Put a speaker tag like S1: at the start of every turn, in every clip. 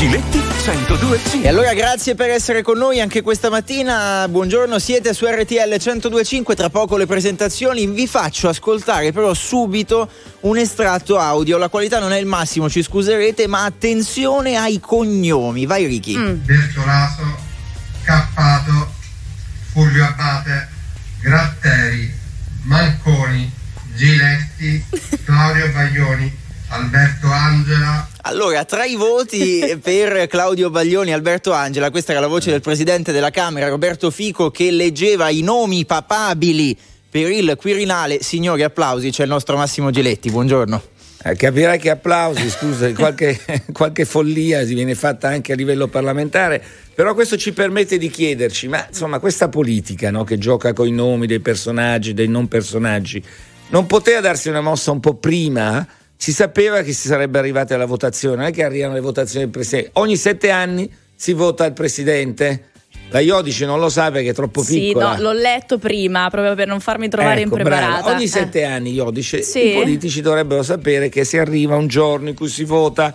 S1: Giletti 102.5.
S2: E allora grazie per essere con noi anche questa mattina. Buongiorno, siete su RTL 102.5. Tra poco le presentazioni. Vi faccio ascoltare però subito un estratto audio. La qualità non è il massimo, ci scuserete, ma attenzione ai cognomi. Vai Ricky.
S3: Bertolaso, Cappato, Fulvio Abate, Gratteri, Manconi, Giletti, Claudio Baglioni, Alberto Angela.
S2: Allora, tra i voti per Claudio Baglioni e Alberto Angela, questa era la voce del presidente della Camera, Roberto Fico, che leggeva i nomi papabili per il Quirinale. Signori, applausi, c'è il nostro Massimo Giletti, buongiorno.
S4: Capirai che applausi, scusa, qualche follia si viene fatta anche a livello parlamentare, però questo ci permette di chiederci, ma insomma questa politica, no, che gioca con i nomi dei personaggi, dei non personaggi, non poteva darsi una mossa un po' prima? Si sapeva che si sarebbe arrivati alla votazione, non è che arrivano le votazioni del presidente. Ogni 7 anni si vota il presidente. La Iodice non lo sa perché è troppo piccola.
S5: Sì, no, l'ho letto prima proprio per non farmi trovare impreparata.
S4: Brava. Ogni 7 anni, Iodice,
S5: sì.
S4: I politici dovrebbero sapere che si arriva un giorno in cui si vota.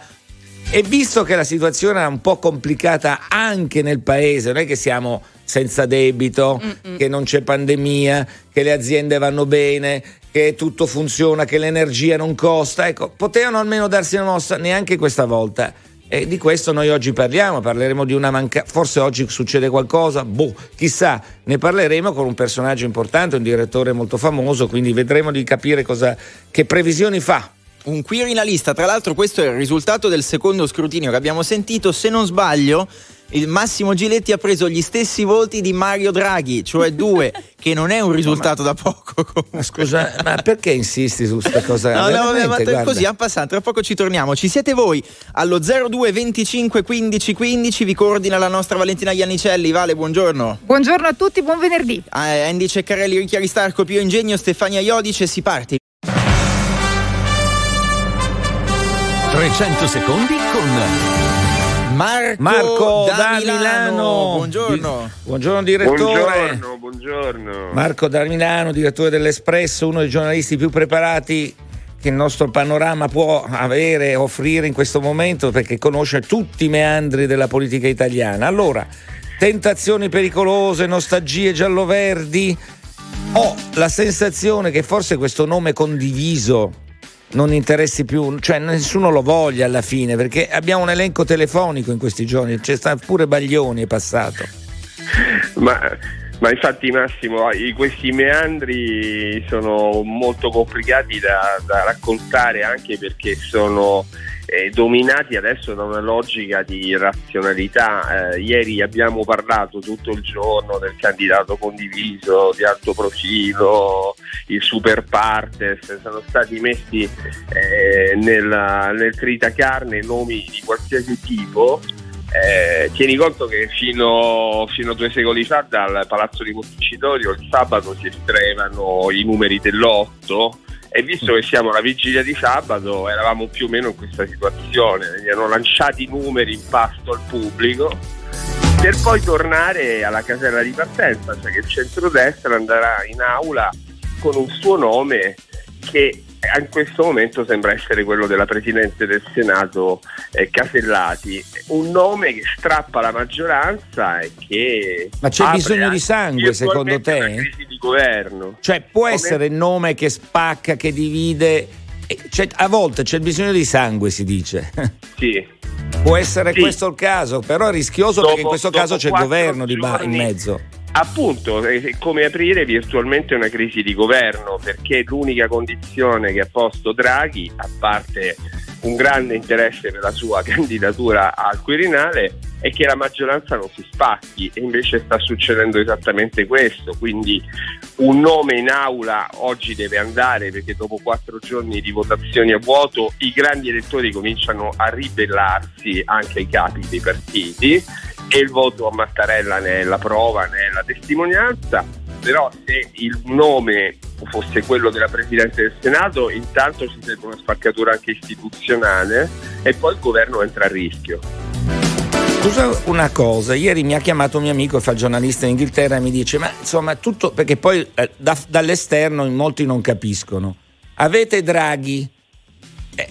S4: E visto che la situazione è un po' complicata anche nel paese, non è che siamo senza debito, che non c'è pandemia, che le aziende vanno bene, che tutto funziona, che l'energia non costa, ecco, potevano almeno darsi una mossa, neanche questa volta. E di questo noi oggi parleremo di una forse oggi succede qualcosa, chissà, ne parleremo con un personaggio importante, un direttore molto famoso, quindi vedremo di capire che previsioni fa.
S2: Un quirinalista, tra l'altro questo è il risultato del secondo scrutinio che abbiamo sentito, se non sbaglio il Massimo Giletti ha preso gli stessi voti di Mario Draghi, cioè 2, che non è un risultato da poco comunque.
S4: Scusa, ma perché insisti su questa cosa?
S2: No, ma così a passare, tra poco ci torniamo. Ci siete voi allo 02 25 15 15, vi coordina la nostra Valentina Iannicelli. Vale, buongiorno.
S6: Buongiorno a tutti, buon venerdì.
S2: Andy Ceccarelli, Ricchi Aristarco, Pio Ingegno, Stefania Iodice, si parte.
S1: 300 secondi con
S2: Marco da Milano. Buongiorno.
S4: Buongiorno direttore.
S3: Buongiorno.
S4: Marco da Milano, direttore dell'Espresso, uno dei giornalisti più preparati che il nostro panorama può avere, offrire in questo momento, perché conosce tutti i meandri della politica italiana. Allora, tentazioni pericolose, nostalgie giallo-verdi. Ho la sensazione che forse questo nome condiviso non interessi più, cioè nessuno lo voglia alla fine, perché abbiamo un elenco telefonico in questi giorni, c'è stato pure Baglioni, è passato.
S3: Ma infatti Massimo, questi meandri sono molto complicati da raccontare, anche perché sono dominati adesso da una logica di razionalità. Ieri abbiamo parlato tutto il giorno del candidato condiviso di alto profilo, il super partes, sono stati messi nel tritacarne nomi di qualsiasi tipo. Tieni conto che fino a 2 secoli fa dal Palazzo di Montecitorio il sabato si estraevano i numeri dell'8, e visto che siamo alla vigilia di sabato eravamo più o meno in questa situazione, gli hanno lanciati i numeri in pasto al pubblico per poi tornare alla casella di partenza, cioè che il centrodestra andrà in aula con un suo nome che in questo momento sembra essere quello della Presidente del Senato Casellati, un nome che strappa la maggioranza e che...
S4: Ma c'è bisogno di sangue secondo te?
S3: Una crisi di governo.
S4: Cioè può essere il nome che spacca, che divide, a volte c'è bisogno di sangue, si dice.
S3: Sì.
S4: Può essere questo il caso, però è rischioso perché in questo caso c'è il governo in mezzo.
S3: Appunto, è come aprire virtualmente una crisi di governo, perché l'unica condizione che ha posto Draghi, a parte un grande interesse per la sua candidatura al Quirinale, è che la maggioranza non si spacchi, e invece sta succedendo esattamente questo. Quindi un nome in aula oggi deve andare, perché dopo 4 giorni di votazioni a vuoto i grandi elettori cominciano a ribellarsi anche ai capi dei partiti, e il voto a Mattarella ne è la prova, ne è la testimonianza. Però se il nome fosse quello della Presidente del Senato, intanto ci serve una spaccatura anche istituzionale, e poi il governo entra a rischio.
S4: Scusa una cosa, ieri mi ha chiamato un mio amico che fa giornalista in Inghilterra e mi dice, ma insomma tutto, perché poi dall'esterno in molti non capiscono, avete Draghi,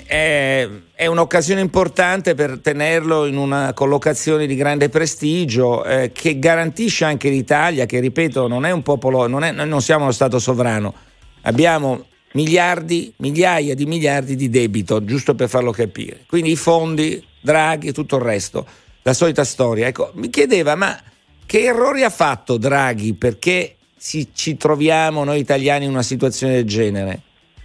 S4: è un'occasione importante per tenerlo in una collocazione di grande prestigio, che garantisce anche l'Italia, che ripeto non è un popolo, noi non siamo uno Stato sovrano, abbiamo migliaia di miliardi di debito, giusto per farlo capire, quindi i fondi, Draghi e tutto il resto, la solita storia. Ecco, mi chiedeva, ma che errori ha fatto Draghi perché ci troviamo noi italiani in una situazione del genere?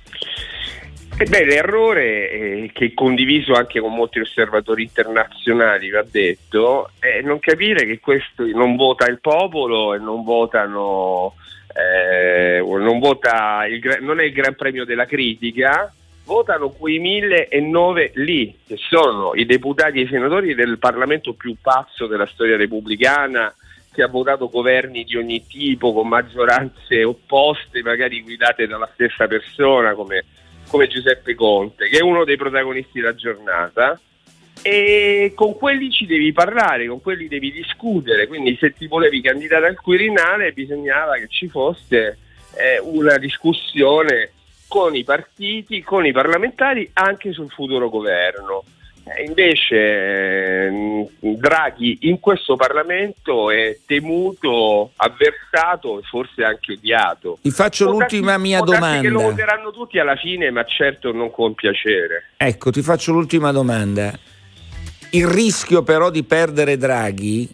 S3: L'errore che condiviso anche con molti osservatori internazionali, va detto, è non capire che questo non vota il popolo e non votano, non è il Gran Premio della critica, votano quei 1009 lì, che sono i deputati e i senatori del Parlamento più pazzo della storia repubblicana, che ha votato governi di ogni tipo con maggioranze opposte, magari guidate dalla stessa persona come Giuseppe Conte, che è uno dei protagonisti della giornata, e con quelli ci devi parlare, con quelli devi discutere. Quindi se ti volevi candidare al Quirinale bisognava che ci fosse una discussione con i partiti, con i parlamentari, anche sul futuro governo. Invece Draghi in questo Parlamento è temuto, avversato e forse anche odiato.
S4: Ti faccio l'ultima mia domanda.
S3: Che lo voteranno tutti alla fine, ma certo non con piacere.
S4: Ecco, ti faccio l'ultima domanda. Il rischio però di perdere Draghi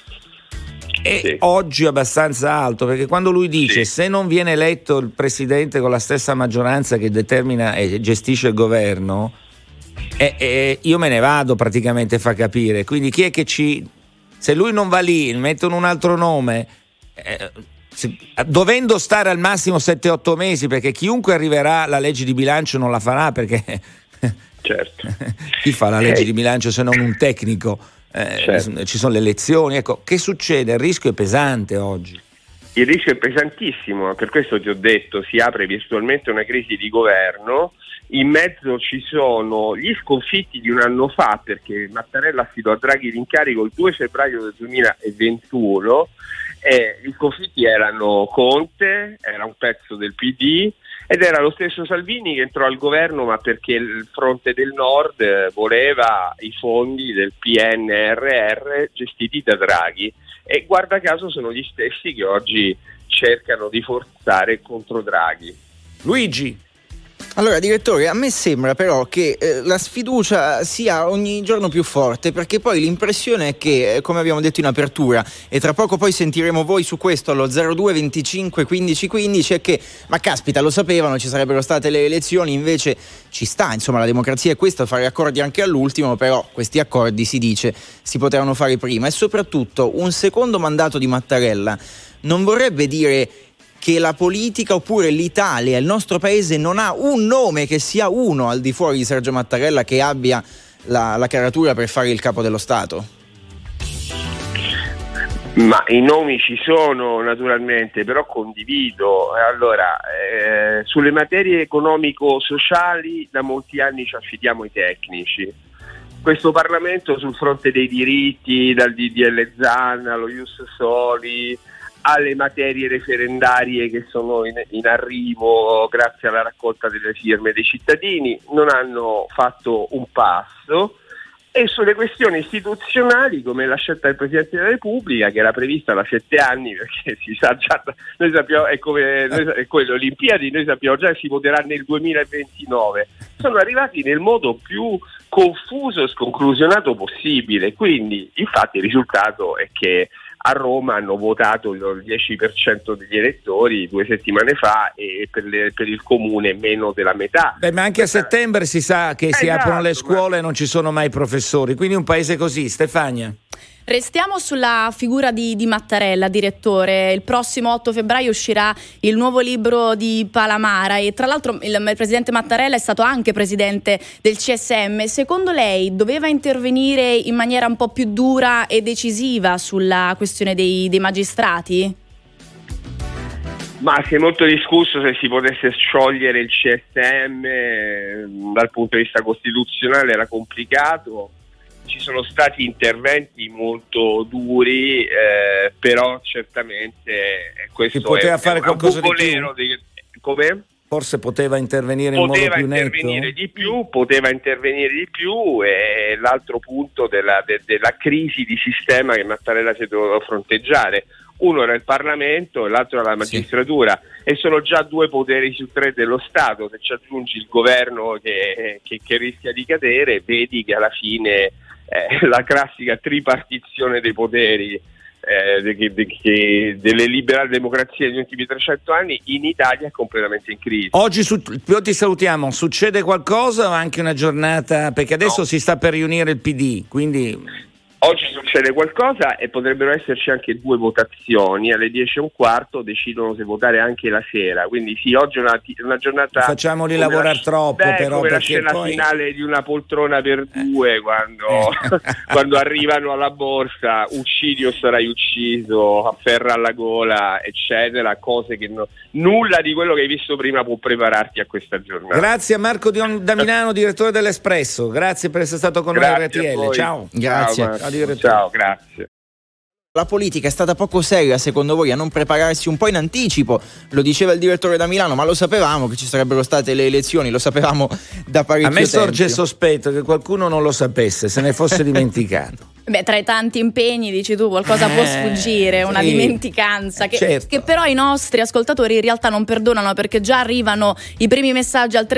S4: è oggi abbastanza alto, perché quando lui dice se non viene eletto il presidente con la stessa maggioranza che determina e gestisce il governo, io me ne vado, praticamente fa capire. Quindi chi è che se lui non va lì, mettono un altro nome, dovendo stare al massimo 7-8 mesi, perché chiunque arriverà la legge di bilancio non la farà, perché
S3: certo.
S4: Chi fa la legge di bilancio se non un tecnico? Certo. Ci sono le elezioni, ecco, che succede? Il rischio è pesante oggi.
S3: Il rischio è pesantissimo, per questo ti ho detto, si apre virtualmente una crisi di governo. In mezzo ci sono gli sconfitti di un anno fa, perché Mattarella affidò a Draghi l'incarico il 2 febbraio del 2021, e gli sconfitti erano Conte, era un pezzo del PD, ed era lo stesso Salvini che entrò al governo, ma perché il fronte del nord voleva i fondi del PNRR gestiti da Draghi, e guarda caso sono gli stessi che oggi cercano di forzare contro Draghi.
S4: Luigi.
S2: Allora, direttore, a me sembra però che la sfiducia sia ogni giorno più forte, perché poi l'impressione è che, come abbiamo detto in apertura, e tra poco poi sentiremo voi su questo allo 02 25 15 15, è che, ma caspita, lo sapevano, ci sarebbero state le elezioni, invece ci sta, insomma, la democrazia è questa, fare accordi anche all'ultimo, però questi accordi, si dice, si potevano fare prima. E soprattutto un secondo mandato di Mattarella non vorrebbe dire che la politica oppure l'Italia, il nostro paese, non ha un nome che sia uno al di fuori di Sergio Mattarella che abbia la caratura per fare il capo dello Stato?
S3: Ma i nomi ci sono naturalmente, però condivido. Allora, sulle materie economico-sociali da molti anni ci affidiamo ai tecnici. Questo Parlamento sul fronte dei diritti, dal DDL Zan allo Ius Soli, alle materie referendarie che sono in arrivo grazie alla raccolta delle firme dei cittadini, non hanno fatto un passo. E sulle questioni istituzionali, come la scelta del Presidente della Repubblica, che era prevista da 7 anni, perché si sa già, noi sappiamo, è come le Olimpiadi, noi sappiamo già che si voterà nel 2029, sono arrivati nel modo più confuso e sconclusionato possibile. Quindi infatti il risultato è che a Roma hanno votato il 10% degli elettori 2 settimane fa, e per il comune meno della metà.
S4: Ma anche a settembre si sa che si aprono le scuole e non ci sono mai professori, quindi un paese così. Stefania.
S5: Restiamo sulla figura di Mattarella, direttore. Il prossimo 8 febbraio uscirà il nuovo libro di Palamara, e tra l'altro il presidente Mattarella è stato anche presidente del CSM. Secondo lei doveva intervenire in maniera un po' più dura e decisiva sulla questione dei magistrati?
S3: Ma si è molto discusso se si potesse sciogliere il CSM, dal punto di vista costituzionale era complicato. Ci sono stati interventi molto duri, però certamente questo
S4: si poteva fare qualcosa di più.
S3: Come?
S4: forse poteva intervenire in modo più netto?
S3: Poteva intervenire di più, e l'altro punto della crisi di sistema che Mattarella si è dovuto fronteggiare. Uno era il Parlamento e l'altro era la magistratura, e sono già 2 poteri su 3 dello Stato. Se ci aggiungi il governo che rischia di cadere, vedi che alla fine la classica tripartizione dei poteri delle liberali democrazie degli ultimi 300 anni in Italia è completamente in crisi.
S4: Oggi ti salutiamo, succede qualcosa o anche una giornata, perché adesso si sta per riunire il PD, quindi...
S3: Oggi succede qualcosa e potrebbero esserci anche 2 votazioni. Alle 10:15 decidono se votare anche la sera. Quindi sì, oggi è una giornata.
S4: Facciamoli lavorare troppo, però.
S3: Come la scena finale di Una poltrona per 2, quando arrivano alla borsa, uccidi o sarai ucciso, afferra alla gola, eccetera. Cose che nulla di quello che hai visto prima può prepararti a questa giornata.
S4: Grazie a Marco da Milano, direttore dell'Espresso. Grazie per essere stato con noi a RTL. Ciao.
S2: Grazie.
S3: Ciao, grazie.
S2: La politica è stata poco seria, secondo voi, a non prepararsi un po' in anticipo? Lo diceva il direttore da Milano, ma lo sapevamo che ci sarebbero state le elezioni, lo sapevamo da parecchio tempo.
S4: A me sorge sospetto che qualcuno non lo sapesse, se ne fosse dimenticato.
S5: Beh, tra i tanti impegni, dici tu, qualcosa può sfuggire, una dimenticanza che però i nostri ascoltatori in realtà non perdonano, perché già arrivano i primi messaggi al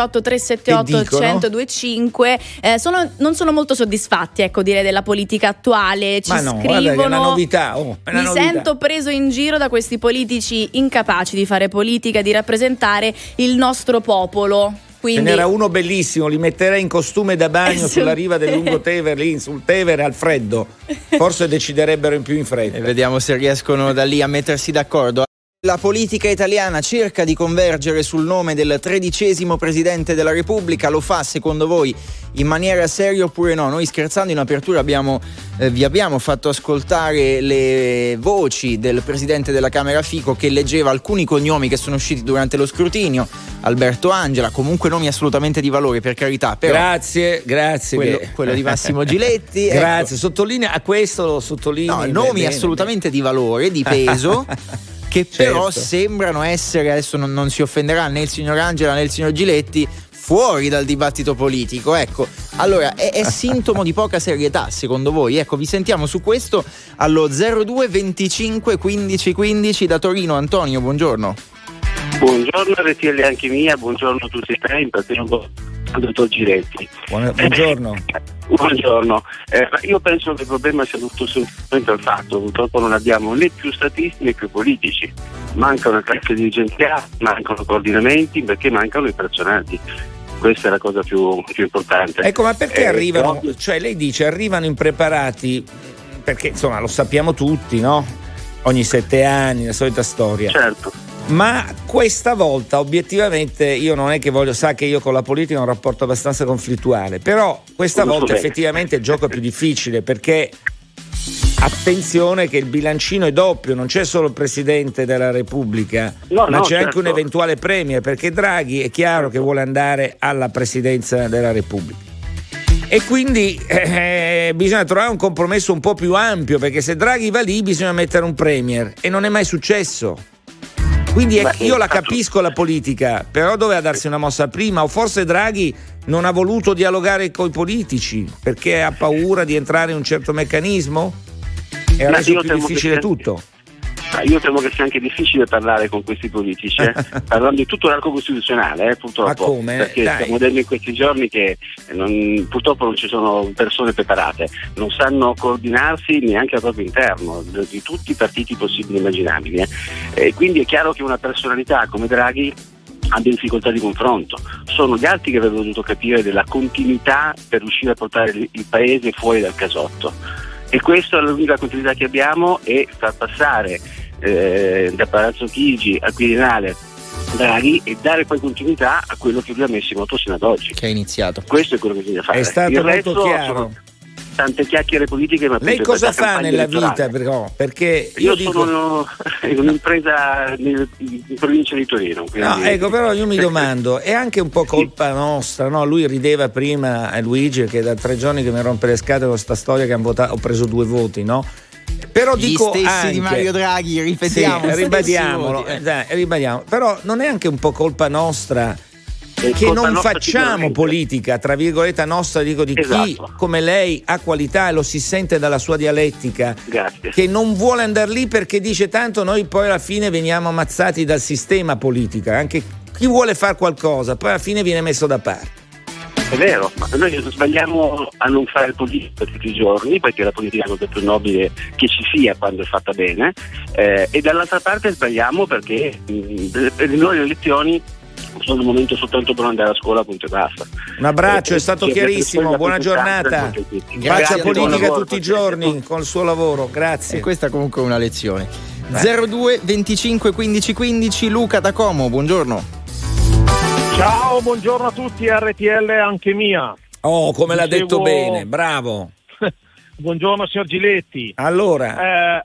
S5: 378-378-1025. Non sono molto soddisfatti, ecco, direi, della politica attuale. Ci scrivono:
S4: guarda, è una novità.
S5: Mi sento preso in giro da questi politici incapaci di fare politica, di rappresentare il nostro popolo.
S4: Ce n'era uno bellissimo, li metterei in costume da bagno sulla riva del Lungotevere, lì sul Tevere al freddo. Forse deciderebbero in più in fretta.
S2: E vediamo se riescono da lì a mettersi d'accordo. La politica italiana cerca di convergere sul nome del 13° Presidente della Repubblica. Lo fa, secondo voi, in maniera seria oppure no? Noi, scherzando, in apertura vi abbiamo fatto ascoltare le voci del Presidente della Camera Fico, che leggeva alcuni cognomi che sono usciti durante lo scrutinio. Alberto Angela, comunque nomi assolutamente di valore, per carità. Però
S4: grazie.
S2: Quello di Massimo Giletti.
S4: Grazie, sottolinea a questo, lo sottolineo.
S2: No, nomi assolutamente di valore, di peso. Che però sembrano essere, adesso non si offenderà né il signor Angela né il signor Giletti, fuori dal dibattito politico. Ecco, allora è sintomo di poca serietà, secondo voi? Ecco, vi sentiamo su questo allo 02 25 15 15 da Torino. Antonio, buongiorno.
S7: Buongiorno RTL anche mia, buongiorno a tutti e tre, in particolare al dottor Giletti.
S4: Buongiorno.
S7: Buongiorno. Io penso che il problema sia tutto semplicemente al fatto: purtroppo non abbiamo né più statisti né più politici, mancano le classi dirigenziali, mancano coordinamenti, perché mancano i personaggi. Questa è la cosa più importante.
S4: Ecco, ma perché arrivano, cioè lei dice arrivano impreparati, perché insomma lo sappiamo tutti, no? Ogni 7 anni, la solita storia.
S7: Certo.
S4: Ma questa volta obiettivamente io non è che sa che io con la politica ho un rapporto abbastanza conflittuale, però questa volta effettivamente il gioco è più difficile, perché attenzione che il bilancino è doppio, non c'è solo il Presidente della Repubblica, ma c'è anche un eventuale premier, perché Draghi è chiaro che vuole andare alla Presidenza della Repubblica. E quindi bisogna trovare un compromesso un po' più ampio, perché se Draghi va lì bisogna mettere un premier, e non è mai successo. Quindi io la capisco la politica, però doveva darsi una mossa prima, o forse Draghi non ha voluto dialogare con i politici perché ha paura di entrare in un certo meccanismo e ha reso più difficile tutto.
S7: Io temo che sia anche difficile parlare con questi politici, parlando di tutto l'arco costituzionale, purtroppo.
S4: Ma come?
S7: Perché stiamo vedendo in questi giorni che purtroppo non ci sono persone preparate, non sanno coordinarsi neanche al proprio interno, di tutti i partiti possibili e immaginabili. Quindi è chiaro che una personalità come Draghi abbia difficoltà di confronto. Sono gli altri che avrebbero dovuto capire della continuità per riuscire a portare il paese fuori dal casotto. E questa è l'unica continuità che abbiamo, e far passare da Palazzo Chigi al Quirinale Draghi e dare poi continuità a quello che lui ha messo in moto sino ad oggi.
S2: Che ha iniziato.
S7: Questo è quello che bisogna fare.
S4: È stato
S7: il
S4: molto chiaro.
S7: Tante chiacchiere politiche, ma
S4: lei cosa fa nella vita? Perché io
S7: sono in un'impresa in provincia di Torino.
S4: No, ecco, però io mi domando, è anche un po' colpa nostra, no? Lui rideva prima a Luigi che da 3 giorni che mi rompe le scatole con sta storia che ho preso 2 voti, no? Però
S2: gli
S4: dico
S2: stessi
S4: anche,
S2: di Mario Draghi, ripetiamo,
S4: sì, ribadiamolo, ribadiamo. Però non è anche un po' colpa nostra che non facciamo politica, tra virgolette nostra, dico, di chi come lei ha qualità e lo si sente dalla sua dialettica.
S7: Grazie.
S4: Che non vuole andare lì perché dice tanto noi poi alla fine veniamo ammazzati dal sistema politica. Anche chi vuole fare qualcosa poi alla fine viene messo da parte.
S7: È vero, ma noi sbagliamo a non fare politica tutti i giorni, perché la politica è la cosa più nobile che ci sia quando è fatta bene, e dall'altra parte sbagliamo perché per noi le elezioni sono un momento soltanto per andare a scuola, punto e basta.
S4: Un abbraccio, è stato chiarissimo, buona giornata. Faccia politica tutti i giorni con il suo lavoro, grazie.
S2: E questa comunque è una lezione. 02 25 15 15, Luca da Como, buongiorno.
S8: Ciao, buongiorno a tutti, RTL anche mia.
S4: Oh, come l'ha detto bene, bravo.
S8: Buongiorno signor Giletti.
S4: Allora,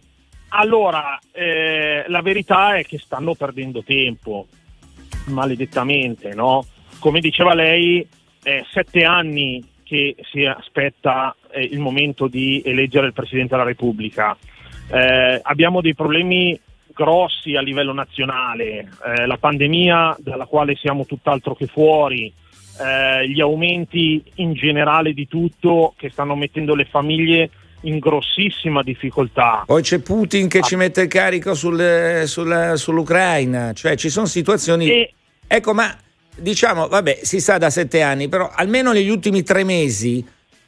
S8: la verità è che stanno perdendo tempo, maledettamente, no? Come diceva lei, 7 anni che si aspetta il momento di eleggere il Presidente della Repubblica. Abbiamo dei problemi grossi a livello nazionale, la pandemia dalla quale siamo tutt'altro che fuori, gli aumenti in generale di tutto che stanno mettendo le famiglie in grossissima difficoltà.
S4: Poi c'è Putin che ci mette il carico sull'Ucraina, cioè ci sono situazioni. Ecco, ma diciamo, vabbè, si sa da 7 anni, però almeno negli ultimi 3 mesi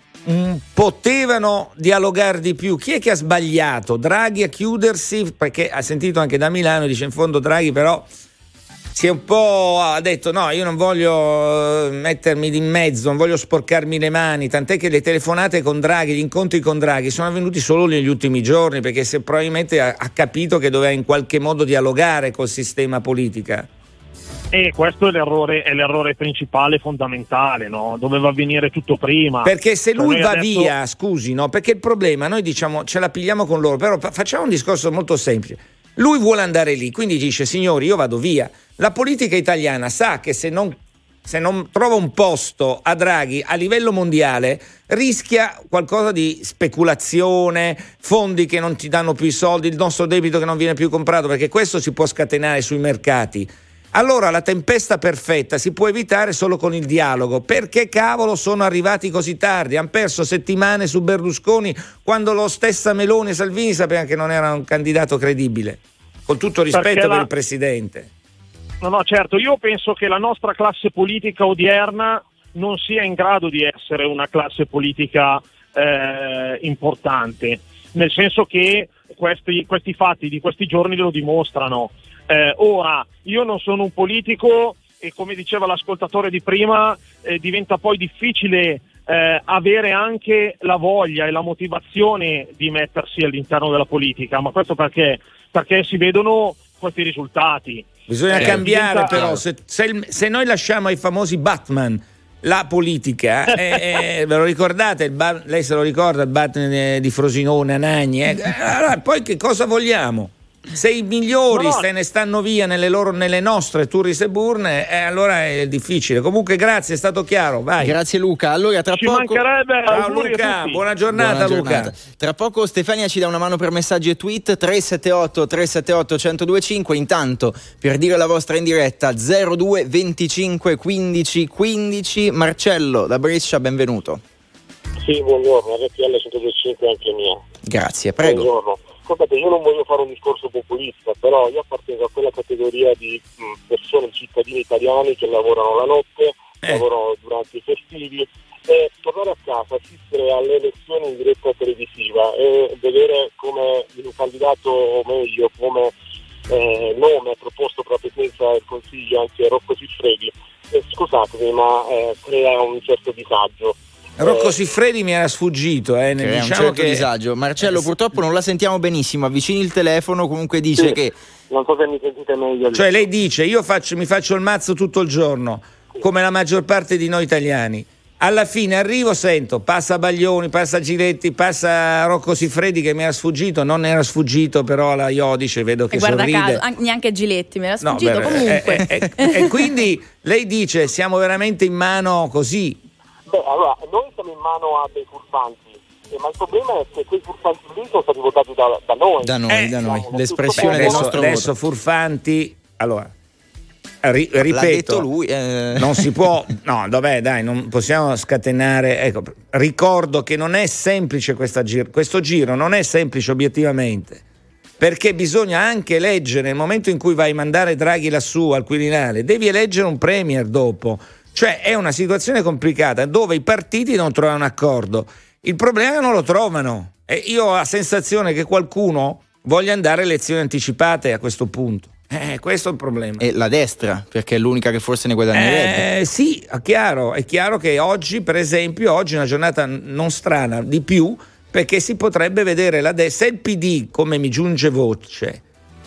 S4: potevano dialogare di più. Chi è che ha sbagliato? Draghi a chiudersi, perché ha sentito anche da Milano, dice in fondo Draghi però si è un po', ha detto no, io non voglio mettermi in mezzo, non voglio sporcarmi le mani, tant'è che le telefonate con Draghi, gli incontri con Draghi sono avvenuti solo negli ultimi giorni, perché se probabilmente ha capito che doveva in qualche modo dialogare col sistema politica.
S8: E questo è l'errore principale, fondamentale, no? Doveva avvenire tutto prima.
S4: Perché se lui va via, scusi, no? Perché il problema, noi diciamo ce la pigliamo con loro, però facciamo un discorso molto semplice. Lui vuole andare lì, quindi dice signori io vado via. La politica italiana sa che se non trova un posto a Draghi a livello mondiale rischia qualcosa di speculazione, fondi che non ti danno più i soldi, il nostro debito che non viene più comprato, perché questo si può scatenare sui mercati. Allora la tempesta perfetta si può evitare solo con il dialogo. Perché cavolo sono arrivati così tardi? Hanno perso settimane su Berlusconi quando lo stessa Meloni e Salvini sapevano che non era un candidato credibile. Con tutto rispetto per il presidente.
S8: No, certo, io penso che la nostra classe politica odierna non sia in grado di essere una classe politica importante, nel senso che questi fatti di questi giorni lo dimostrano. Ora, io non sono un politico e come diceva l'ascoltatore di prima, diventa poi difficile avere anche la voglia e la motivazione di mettersi all'interno della politica, ma questo perché si vedono questi risultati.
S4: Bisogna cambiare però, se noi lasciamo ai famosi Batman la politica, ve lo ricordate? Lei se lo ricorda il Batman di Frosinone, Anagni? Allora, poi che cosa vogliamo? Se i migliori se ne stanno via nelle nostre Turris e Burne, allora è difficile. Comunque grazie, è stato chiaro, vai.
S2: Grazie Luca. Allora tra poco
S8: mancherebbe.
S4: Ciao Luca, buona giornata Luca.
S2: Tra poco Stefania ci dà una mano per messaggi e tweet 378 1025. Intanto per dire la vostra in diretta 02 25 15 15. Marcello da Brescia, benvenuto.
S9: Sì, buongiorno, RTL 125 anche mia.
S2: Grazie, prego.
S9: Buongiorno. Ascoltate, io non voglio fare un discorso populista, però io appartengo a quella categoria di persone, cittadini italiani che lavorano la notte, lavorano durante i festivi, e tornare a casa, assistere alle elezioni in diretta televisiva e vedere come un candidato, o meglio, come nome proposto per la presidenza del Consiglio, anzi Rocco Siffredi, scusatemi, ma crea un certo disagio.
S4: Rocco Siffredi mi era sfuggito,
S2: diciamo un certo disagio. Marcello, purtroppo non la sentiamo benissimo. Avvicini il telefono, comunque dice che
S9: non so se mi sentite meglio.
S4: Cioè lei dice io mi faccio il mazzo tutto il giorno, come la maggior parte di noi italiani. Alla fine arrivo, sento, passa Baglioni, passa Giletti, passa Rocco Siffredi che mi era sfuggito, non era sfuggito però alla Iodice, vedo che
S5: guarda
S4: sorride.
S5: Caso, neanche Giletti mi era sfuggito, comunque.
S4: E quindi lei dice siamo veramente in mano così.
S9: Beh, allora, noi siamo in mano a dei furfanti, ma il problema è che quei furfanti lì sono stati votati da noi.
S2: Da noi, l'espressione del nostro
S4: adesso
S2: voto.
S4: Furfanti, allora ripeto,
S2: l'ha detto lui,
S4: non si può, no, dov'è, dai, non possiamo scatenare. Ecco, ricordo che non è semplice questo giro non è semplice obiettivamente, perché bisogna anche eleggere, nel momento in cui vai a mandare Draghi lassù al Quirinale, devi eleggere un premier dopo, cioè è una situazione complicata dove i partiti non trovano un accordo. Il problema è che non lo trovano, e io ho la sensazione che qualcuno voglia andare a elezioni anticipate a questo punto. Questo è il problema.
S2: E la destra, perché è l'unica che forse ne guadagnerebbe.
S4: Sì, è chiaro che oggi, per esempio, oggi è una giornata non strana di più, perché si potrebbe vedere la destra. Se il PD, come mi giunge voce,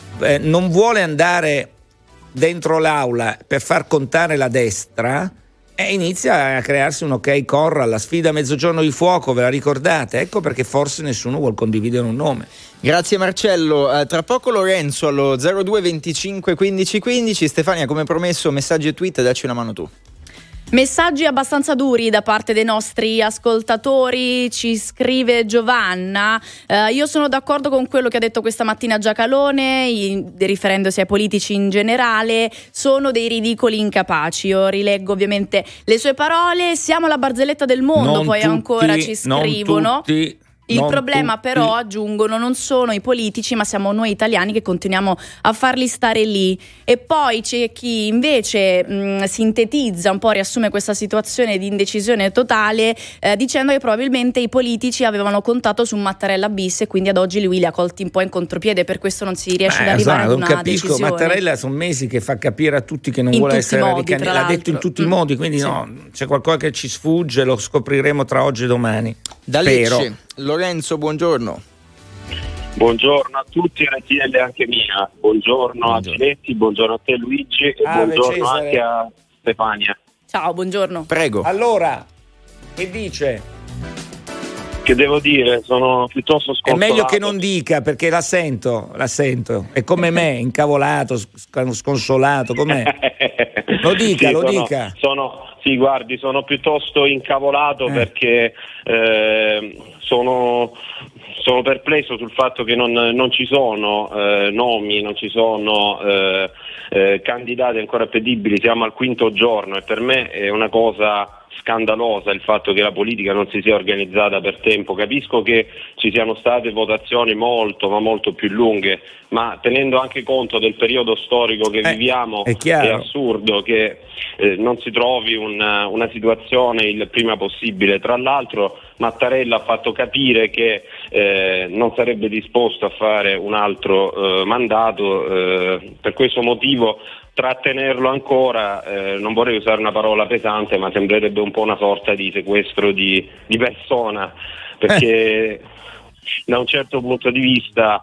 S4: non vuole andare dentro l'aula per far contare la destra, inizia a crearsi un ok Corral, la sfida a mezzogiorno di fuoco, ve la ricordate? Ecco perché forse nessuno vuol condividere un nome.
S2: Grazie Marcello, tra poco Lorenzo allo 02 25 15 15. Stefania, come promesso, messaggi e tweet, dacci una mano tu.
S5: Messaggi abbastanza duri da parte dei nostri ascoltatori. Ci scrive Giovanna: io sono d'accordo con quello che ha detto questa mattina Giacalone, riferendosi ai politici in generale, sono dei ridicoli incapaci. Io rileggo ovviamente le sue parole: siamo la barzelletta del mondo,
S4: non
S5: poi
S4: tutti,
S5: ancora ci scrivono.
S4: Non tutti.
S5: Il
S4: non
S5: problema
S4: tutti.
S5: però, aggiungono, non sono i politici, ma siamo noi italiani che continuiamo a farli stare lì. E poi c'è chi invece sintetizza un po', riassume questa situazione di indecisione totale, dicendo che probabilmente i politici avevano contato su Mattarella bis e quindi ad oggi lui li ha colti un po' in contropiede, per questo non si riesce ad arrivare ad una
S4: capisco,
S5: decisione.
S4: Mattarella sono mesi che fa capire a tutti che non
S5: In
S4: vuole
S5: tutti
S4: essere
S5: i modi,
S4: l'ha detto in tutti i modi, quindi
S5: sì.
S4: No, c'è qualcosa che ci sfugge, lo scopriremo tra oggi e domani.
S2: Da Lecce, Lorenzo, buongiorno.
S7: Buongiorno a tutti, RTL anche mia. Buongiorno a Giletti, buongiorno a te Luigi e buongiorno
S4: Cesare.
S7: anche a Stefania.
S5: Ciao, buongiorno.
S2: Prego.
S4: Allora, che dice?
S7: Che devo dire, sono piuttosto
S4: È
S7: sconsolato.
S4: meglio che non dica, perché la sento. È come me, incavolato, sconsolato, com'è? Lo dica,
S7: Sì,
S4: lo dica.
S7: Sì, guardi, sono piuttosto incavolato perché sono perplesso sul fatto che non ci sono nomi, non ci sono candidati ancora appetibili. Siamo al quinto giorno e per me è una cosa scandalosa il fatto che la politica non si sia organizzata per tempo. Capisco che ci siano state votazioni molto ma molto più lunghe, ma tenendo anche conto del periodo storico che viviamo è assurdo che non si trovi una situazione il prima possibile. Tra l'altro Mattarella ha fatto capire che non sarebbe disposto a fare un altro mandato, per questo motivo trattenerlo ancora, non vorrei usare una parola pesante, ma sembrerebbe un po' una sorta di sequestro di persona, perché da un certo punto di vista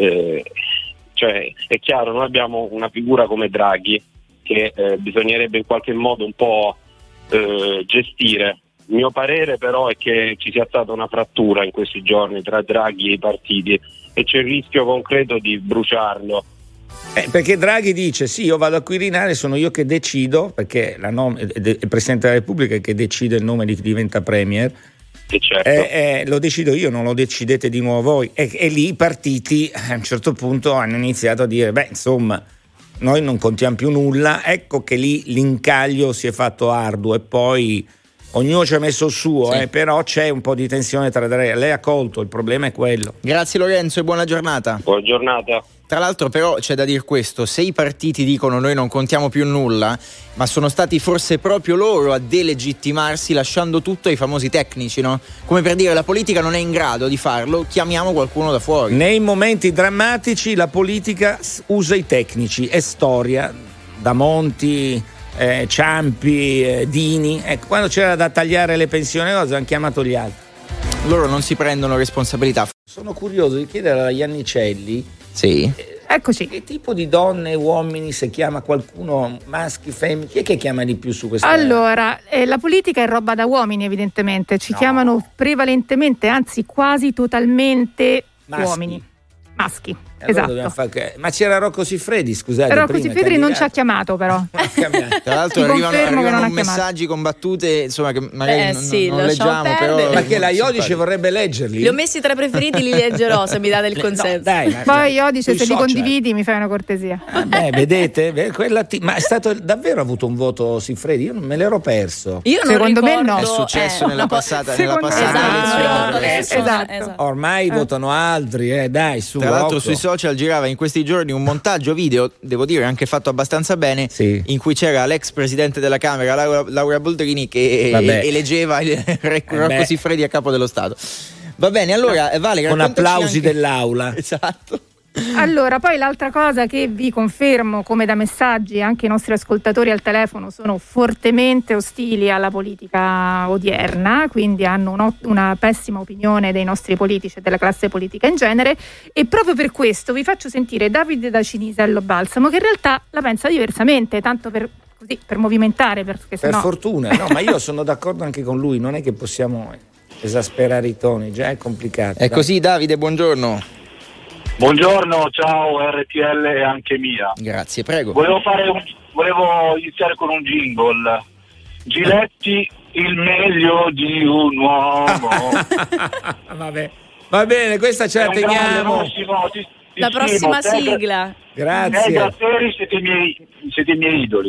S7: cioè, è chiaro, noi abbiamo una figura come Draghi che bisognerebbe in qualche modo un po' gestire. Il mio parere però è che ci sia stata una frattura in questi giorni tra Draghi e i partiti e c'è il rischio concreto di bruciarlo.
S4: Perché Draghi dice sì, io vado a Quirinale, sono io che decido, perché il Presidente della Repubblica che decide il nome di chi diventa Premier,
S7: certo.
S4: Lo decido io, non lo decidete di nuovo voi, e lì i partiti a un certo punto hanno iniziato a dire insomma noi non contiamo più nulla. Ecco che lì l'incaglio si è fatto arduo e poi ognuno ci ha messo il suo, sì. Però c'è un po' di tensione tra lei ha colto, il problema è quello.
S2: Grazie Lorenzo e buona giornata.
S7: Buona giornata.
S2: Tra l'altro però c'è da dire questo: se i partiti dicono noi non contiamo più nulla, ma sono stati forse proprio loro a delegittimarsi lasciando tutto ai famosi tecnici, no? Come per dire la politica non è in grado di farlo, chiamiamo qualcuno da fuori.
S4: Nei momenti drammatici la politica usa i tecnici, è storia, da Monti, Ciampi, Dini, quando c'era da tagliare le pensioni hanno chiamato gli altri.
S2: Loro non si prendono responsabilità.
S4: Sono curioso di chiedere a Iannicelli.
S2: Sì.
S6: Eccoci.
S4: Che tipo di donne e uomini, se chiama qualcuno, maschi, femmine, chi è che chiama di più su questa?
S6: Allora, la politica è roba da uomini, evidentemente. Ci chiamano prevalentemente, anzi quasi totalmente uomini. Maschi. Esatto.
S4: Ma c'era Rocco Siffredi, scusate.
S6: Rocco Siffredi non ci ha chiamato, però.
S2: Tra l'altro arrivano messaggi con battute, insomma, che magari non leggiamo, però.
S4: Ma che la Iodice vorrebbe leggerli?
S5: Li ho messi tra i preferiti, li leggerò se mi date il consenso.
S4: No, dai,
S6: poi Iodice, se li condividi, mi fai una cortesia.
S4: Vedete? Ma è stato davvero avuto un voto Siffredi? Io non me l'ero perso.
S5: Io non
S6: Secondo me
S5: ricordo,
S6: no.
S2: È successo nella passata
S6: Esatto.
S4: Ormai votano altri, dai, su.
S2: Tra l'altro
S4: Rocco.
S2: sui social girava in questi giorni un montaggio video, devo dire anche fatto abbastanza bene, in cui c'era l'ex presidente della Camera Laura Boldrini che eleggeva Rocco Siffredi a capo dello Stato. Va bene, allora Vale,
S4: con applausi dell'aula.
S2: Esatto.
S6: Allora, poi l'altra cosa che vi confermo, come da messaggi, anche i nostri ascoltatori al telefono sono fortemente ostili alla politica odierna, quindi hanno una pessima opinione dei nostri politici e della classe politica in genere, e proprio per questo vi faccio sentire Davide da Cinisello Balsamo, che in realtà la pensa diversamente, tanto per movimentare, perché
S4: per
S6: sennò...
S4: fortuna, no, ma io sono d'accordo anche con lui, non è che possiamo esasperare i toni, già è complicato.
S2: È così, Davide, buongiorno.
S10: Buongiorno, ciao RTL e anche mia.
S2: Grazie, prego.
S10: Volevo iniziare con un jingle. Giletti, il meglio di un uomo.
S4: Vabbè. Va bene, questa ce la teniamo.
S5: La prossima sigla.
S4: Grazie.
S10: Gratteri, siete i miei idoli.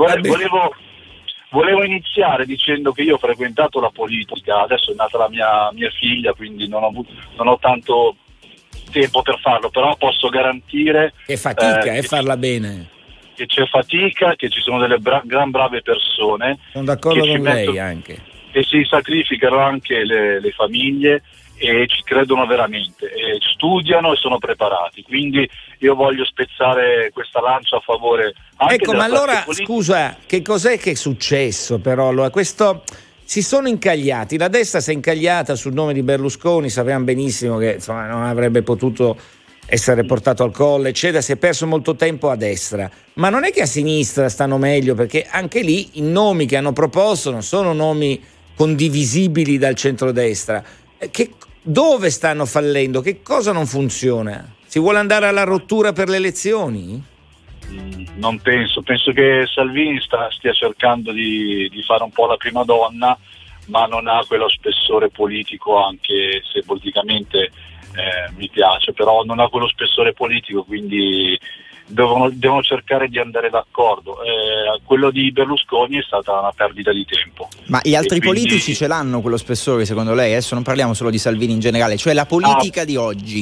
S10: Volevo iniziare dicendo che io ho frequentato la politica, adesso è nata la mia figlia, quindi non ho tanto tempo per farlo, però posso garantire
S4: che fatica farla bene,
S10: che c'è fatica, che ci sono delle gran brave persone.
S4: Sono d'accordo con lei anche.
S10: E si sacrificano anche le famiglie e ci credono veramente, e studiano e sono preparati, quindi io voglio spezzare questa lancia a favore anche
S4: ecco, ma allora scusa, che cos'è che è successo però? Allora, questo si sono incagliati, la destra si è incagliata sul nome di Berlusconi, sapevamo benissimo che insomma non avrebbe potuto essere portato al colle, eccetera, si è perso molto tempo a destra, ma non è che a sinistra stanno meglio, perché anche lì i nomi che hanno proposto non sono nomi condivisibili dal centrodestra. Dove stanno fallendo? Che cosa non funziona? Si vuole andare alla rottura per le elezioni?
S10: Non penso che Salvini stia cercando di fare un po' la prima donna, ma non ha quello spessore politico, anche se politicamente mi piace, però non ha quello spessore politico, quindi devono cercare di andare d'accordo. Quello di Berlusconi è stata una perdita di tempo.
S2: Ma gli altri politici ce l'hanno quello spessore, secondo lei? Adesso non parliamo solo di Salvini in generale, cioè la politica di oggi.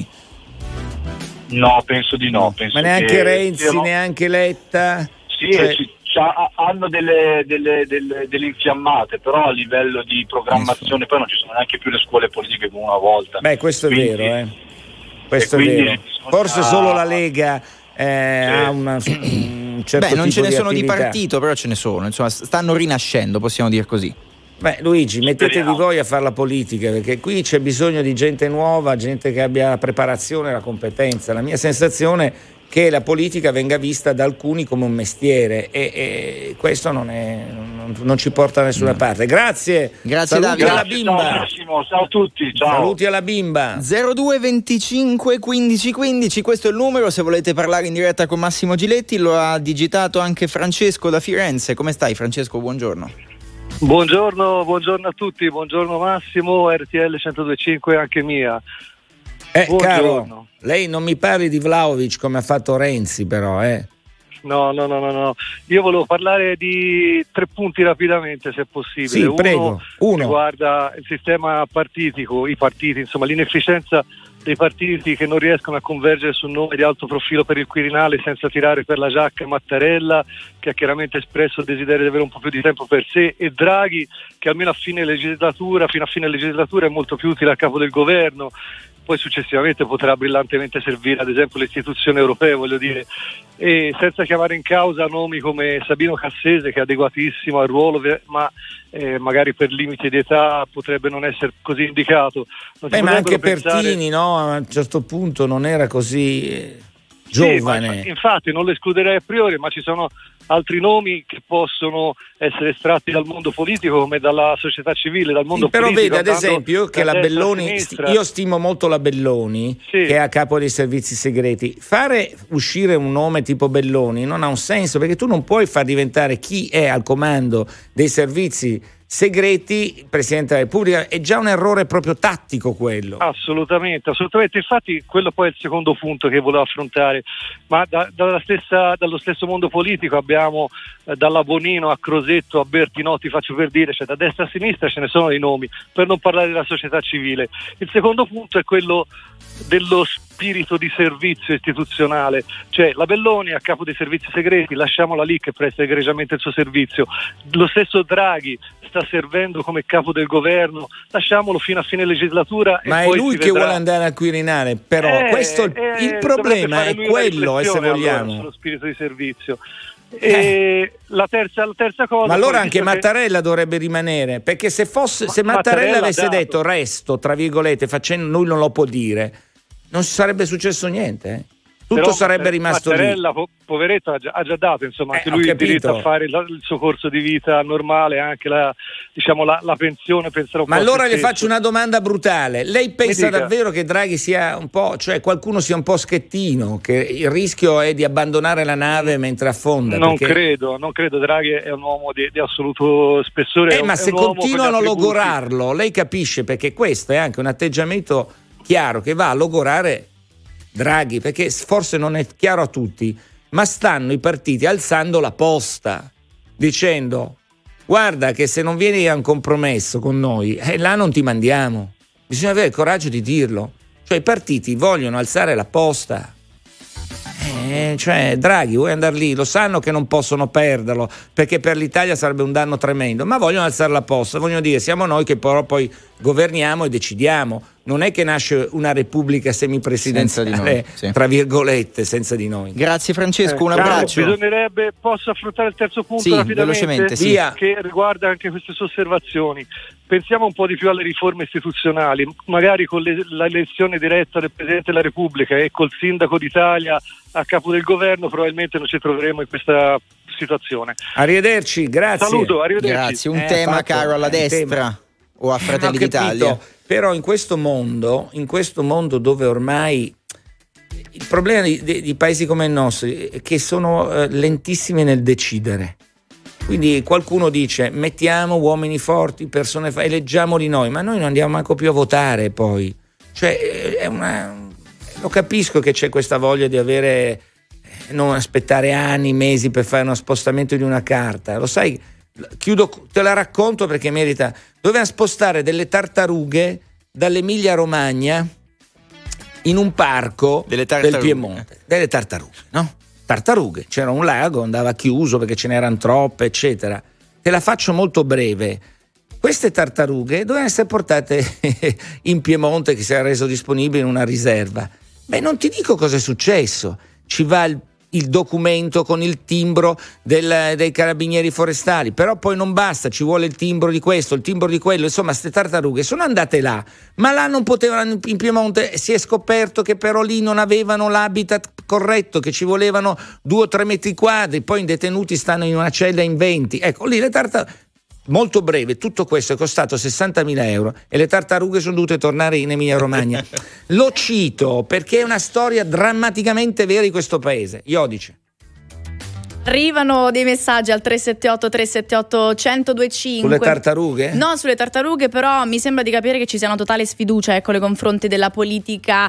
S10: No, penso di no.
S4: Ma neanche Renzi, neanche Letta?
S10: Sì, hanno delle infiammate, però a livello di programmazione poi non ci sono neanche più le scuole politiche come una volta.
S4: Beh, questo è vero, questo è vero. Forse solo la Lega ha un certo
S2: non ce ne sono
S4: attività.
S2: di partito, però ce ne sono, insomma, stanno rinascendo, possiamo dire così.
S4: Beh, Luigi, mettetevi voi a fare la politica, perché qui c'è bisogno di gente nuova, gente che abbia la preparazione e la competenza. La mia sensazione è che la politica venga vista da alcuni come un mestiere e questo non ci porta da nessuna parte. Grazie
S2: Davide.
S4: Alla bimba.
S10: Ciao a tutti, ciao.
S4: Saluti alla bimba.
S2: 02 25 15 15, questo è il numero se volete parlare in diretta con Massimo Giletti. Lo ha digitato anche Francesco da Firenze. Come stai, Francesco? Buongiorno.
S11: Buongiorno a tutti, buongiorno Massimo, RTL 102.5 anche mia.
S4: Caro, lei non mi parli di Vlahovic come ha fatto Renzi, però,
S11: No. Io volevo parlare di 3 punti rapidamente, se è possibile.
S4: Sì, prego. Uno
S11: riguarda il sistema partitico, i partiti, insomma, l'inefficienza dei partiti che non riescono a convergere su un nome di alto profilo per il Quirinale senza tirare per la giacca Mattarella, che ha chiaramente espresso il desiderio di avere un po' più di tempo per sé, e Draghi, che almeno fino a fine legislatura è molto più utile a capo del governo. Poi successivamente potrà brillantemente servire ad esempio le istituzioni europee, voglio dire, e senza chiamare in causa nomi come Sabino Cassese, che è adeguatissimo al ruolo, ma magari per limiti di età potrebbe non essere così indicato.
S4: Ma anche Pertini, no? A un certo punto non era così. giovane.
S11: Sì, infatti non lo escluderei a priori, ma ci sono altri nomi che possono essere estratti dal mondo politico come dalla società civile, dal mondo
S4: però
S11: politico.
S4: Però vedi, ad esempio, che la Belloni, io stimo molto la Belloni, che è a capo dei servizi segreti. Fare uscire un nome tipo Belloni non ha un senso, perché tu non puoi far diventare chi è al comando dei servizi segreti Presidente della Repubblica. È già un errore proprio tattico quello.
S11: Assolutamente. Infatti quello poi è il secondo punto che volevo affrontare, ma dallo stesso mondo politico abbiamo dalla Bonino a Crosetto a Bertinotti, faccio per dire, cioè da destra a sinistra ce ne sono dei nomi, per non parlare della società civile. Il secondo punto è quello dello spirito di servizio istituzionale, cioè la Belloni a capo dei servizi segreti, lasciamola lì che presta egregiamente il suo servizio. Lo stesso Draghi sta servendo come capo del governo, lasciamolo fino a fine legislatura.
S4: Ma
S11: e
S4: è
S11: poi
S4: lui che vuole andare al Quirinale, però questo il problema è quello, se vogliamo,
S11: sullo spirito di servizio. E la terza cosa,
S4: ma allora anche Mattarella dovrebbe rimanere, perché se Mattarella avesse detto resto, tra virgolette, facendo, lui non lo può dire, non si sarebbe successo niente, tutto
S11: però
S4: sarebbe rimasto
S11: Mattarella,
S4: lì.
S11: Poveretto, ha già dato, insomma, anche lui il diritto a fare il suo corso di vita normale, anche la pensione.
S4: Ma allora le faccio una domanda brutale: lei pensa davvero che Draghi sia un po', cioè qualcuno sia un po' schettino, che il rischio è di abbandonare la nave mentre affonda?
S11: Non credo, Draghi è un uomo di assoluto spessore.
S4: Ma se continuano a logorarlo, lei capisce, perché questo è anche un atteggiamento chiaro che va a logorare Draghi, perché forse non è chiaro a tutti, ma stanno i partiti alzando la posta dicendo: guarda che se non vieni a un compromesso con noi, là non ti mandiamo. Bisogna avere il coraggio di dirlo, cioè i partiti vogliono alzare la posta. Cioè Draghi vuoi andare lì, lo sanno che non possono perderlo perché per l'Italia sarebbe un danno tremendo, ma vogliono alzare la posta, vogliono dire siamo noi che però poi governiamo e decidiamo. Non è che nasce una repubblica semipresidenziale tra virgolette senza di noi.
S2: Grazie Francesco, un abbraccio.
S11: Posso affrontare il terzo punto rapidamente?
S2: Velocemente,
S11: che riguarda anche queste sue osservazioni. Pensiamo un po' di più alle riforme istituzionali, magari con l'elezione diretta del Presidente della Repubblica e col Sindaco d'Italia a capo del governo probabilmente non ci troveremo in questa situazione.
S4: Arrivederci, grazie.
S11: Saluto, arrivederci.
S2: Grazie, un tema caro alla destra o a Fratelli d'Italia.
S4: Però in questo mondo dove ormai il problema di paesi come il nostro è che sono lentissimi nel decidere. Quindi qualcuno dice mettiamo uomini forti, persone eleggiamoli noi, ma noi non andiamo manco più a votare poi. Cioè lo capisco che c'è questa voglia di avere, non aspettare anni, mesi per fare uno spostamento di una carta. Lo sai, chiudo, te la racconto perché merita. Dovevano spostare delle tartarughe dall'Emilia Romagna in un parco del Piemonte. Delle tartarughe, no? Tartarughe, c'era un lago, andava chiuso perché ce n'erano troppe, eccetera. Te la faccio molto breve. Queste tartarughe dovevano essere portate in Piemonte, che si era reso disponibile in una riserva. Beh, non ti dico cosa è successo. Ci va il documento con il timbro dei carabinieri forestali, però poi non basta, ci vuole il timbro di questo, il timbro di quello. Insomma, queste tartarughe sono andate là, ma là non potevano, in Piemonte si è scoperto che però lì non avevano l'habitat corretto, che ci volevano 2 o 3 metri quadri, poi i detenuti stanno in una cella in 20. Ecco, lì le tartarughe. Molto breve, tutto questo è costato 60.000 euro e le tartarughe sono dovute tornare in Emilia Romagna. Lo cito perché è una storia drammaticamente vera di questo paese. Iodice.
S5: Arrivano dei messaggi al 378-378-1025.
S4: Sulle tartarughe?
S5: No, sulle tartarughe, però mi sembra di capire che ci sia una totale sfiducia nei confronti della politica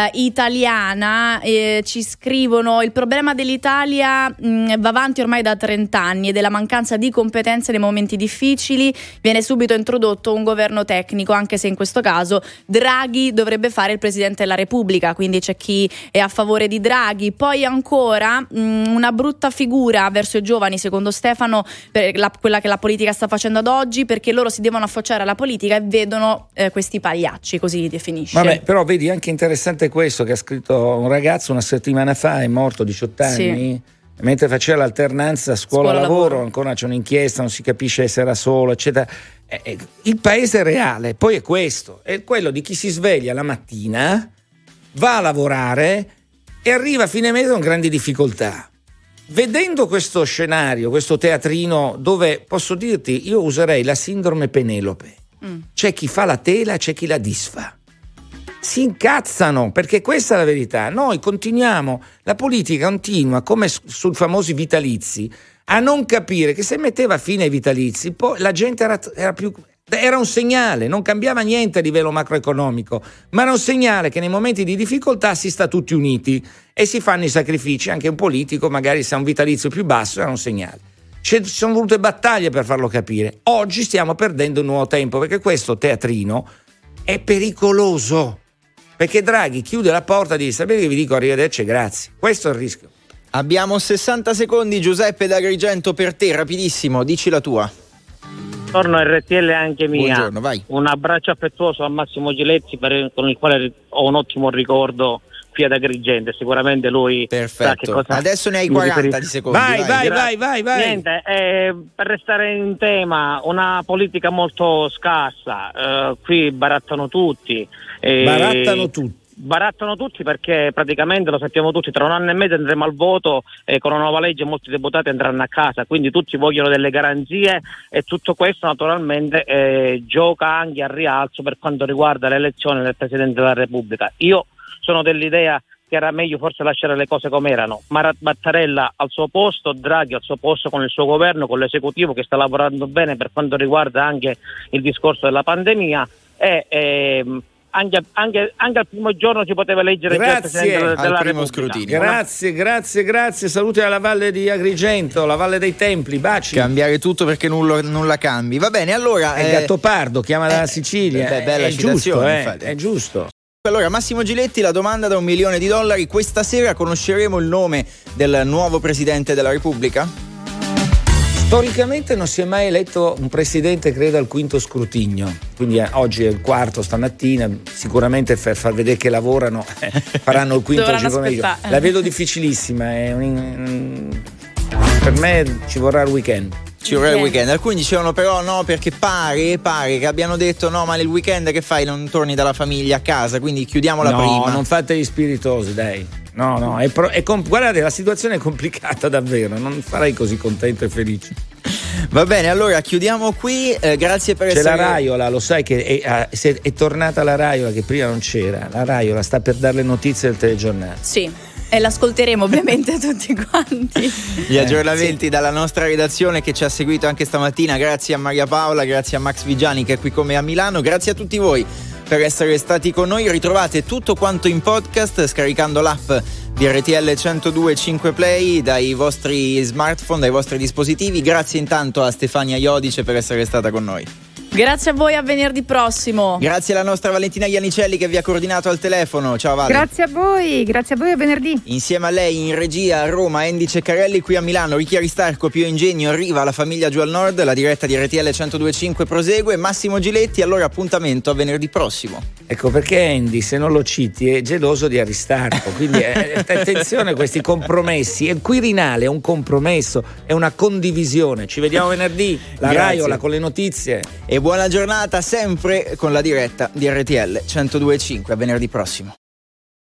S5: italiana. Ci scrivono: il problema dell'Italia va avanti ormai da 30 anni e della mancanza di competenze nei momenti difficili viene subito introdotto un governo tecnico, anche se in questo caso Draghi dovrebbe fare il Presidente della Repubblica, quindi c'è chi è a favore di Draghi. Poi ancora una brutta figura verso i giovani, secondo Stefano, per quella che la politica sta facendo ad oggi, perché loro si devono affacciare alla politica e vedono questi pagliacci, così li definisce.
S4: Vabbè, però vedi, anche interessante questo che ha scritto un ragazzo una settimana fa, è morto, 18 anni, sì. Mentre faceva l'alternanza scuola-lavoro, ancora c'è un'inchiesta, non si capisce se era solo, eccetera. Il paese reale poi è questo, è quello di chi si sveglia la mattina, va a lavorare e arriva a fine mese con grandi difficoltà. Vedendo questo scenario, questo teatrino, dove posso dirti, io userei la sindrome Penelope. C'è chi fa la tela, c'è chi la disfa. Si incazzano, perché questa è la verità. Noi continuiamo, la politica continua, come sui famosi vitalizi, a non capire che se metteva fine ai vitalizi, poi la gente era un segnale, non cambiava niente a livello macroeconomico, ma era un segnale che nei momenti di difficoltà si sta tutti uniti e si fanno i sacrifici. Anche un politico, magari se ha un vitalizio più basso, era un segnale. Ci sono volute battaglie per farlo capire. Oggi stiamo perdendo un nuovo tempo, perché questo teatrino è pericoloso, perché Draghi chiude la porta e dice: sapete che vi dico arrivederci e grazie. Questo è il rischio.
S2: Abbiamo 60 secondi, Giuseppe da Agrigento, per te, rapidissimo, dici la tua.
S12: Buongiorno RTL anche mia.
S2: Buongiorno, vai.
S12: Un abbraccio affettuoso a Massimo Giletti, con il quale ho un ottimo ricordo qui ad Agrigento. Sicuramente lui sa che cosa.
S2: Adesso ne hai 40 di secondi.
S4: Vai.
S12: Niente, per restare in tema, una politica molto scarsa. Qui barattano tutti. Barattano tutti perché praticamente lo sappiamo tutti, tra un anno e mezzo andremo al voto e con una nuova legge molti deputati andranno a casa, quindi tutti vogliono delle garanzie e tutto questo naturalmente gioca anche al rialzo per quanto riguarda l'elezione del Presidente della Repubblica. Io sono dell'idea che era meglio forse lasciare le cose come erano. Mattarella al suo posto, Draghi al suo posto con il suo governo, con l'esecutivo che sta lavorando bene per quanto riguarda anche il discorso della pandemia e anche al primo giorno si poteva eleggere il Presidente della Repubblica.
S2: Scrutinio.
S4: Grazie. Saluti alla Valle di Agrigento, la Valle dei Templi, baci.
S2: Cambiare tutto perché nulla cambi. Va bene, allora.
S4: È Gattopardo, chiama dalla Sicilia.
S2: Bella citazione,
S4: è giusto.
S2: Allora, Massimo Giletti, la domanda da $1 milione. Questa sera conosceremo il nome del nuovo Presidente della Repubblica?
S4: Storicamente non si è mai eletto un presidente, credo, al quinto scrutinio, quindi oggi è il quarto stamattina, sicuramente per far vedere che lavorano faranno il quinto oggi pomeriggio. La vedo difficilissima, per me ci vorrà il weekend.
S2: Alcuni dicevano però no, perché pare che abbiano detto no, ma nel weekend che fai? Non torni dalla famiglia a casa, quindi chiudiamola prima.
S4: No, non fate gli spiritosi, dai. No, guardate, la situazione è complicata davvero, non sarei così contento e felice.
S2: Va bene, allora chiudiamo qui, grazie per essere.
S4: C'è la Raiola, lo sai che è tornata la Raiola che prima non c'era, la Raiola sta per dare le notizie del telegiornale.
S5: Sì. E l'ascolteremo ovviamente tutti quanti.
S2: Gli aggiornamenti dalla nostra redazione che ci ha seguito anche stamattina, grazie a Maria Paola, grazie a Max Vigiani che è qui con me a Milano, grazie a tutti voi per essere stati con noi. Ritrovate tutto quanto in podcast scaricando l'app di RTL 102.5 Play dai vostri smartphone, dai vostri dispositivi. Grazie intanto a Stefania Iodice per essere stata con noi.
S5: Grazie a voi, a venerdì prossimo.
S2: Grazie alla nostra Valentina Iannicelli che vi ha coordinato al telefono. Ciao Vale.
S6: Grazie a voi a venerdì.
S2: Insieme a lei in regia a Roma Andy Ceccarelli, qui a Milano Ricchi Aristarco, Pio Ingegno, arriva la famiglia giù al nord, la diretta di RTL 102.5 prosegue, Massimo Giletti, allora appuntamento a venerdì prossimo.
S4: Ecco perché Andy, se non lo citi, è geloso di Aristarco, quindi attenzione a questi compromessi. Il Quirinale è un compromesso, è una condivisione. Ci vediamo venerdì, la Raiola con le notizie.
S2: E buona giornata sempre con la diretta di RTL 102.5, a venerdì prossimo.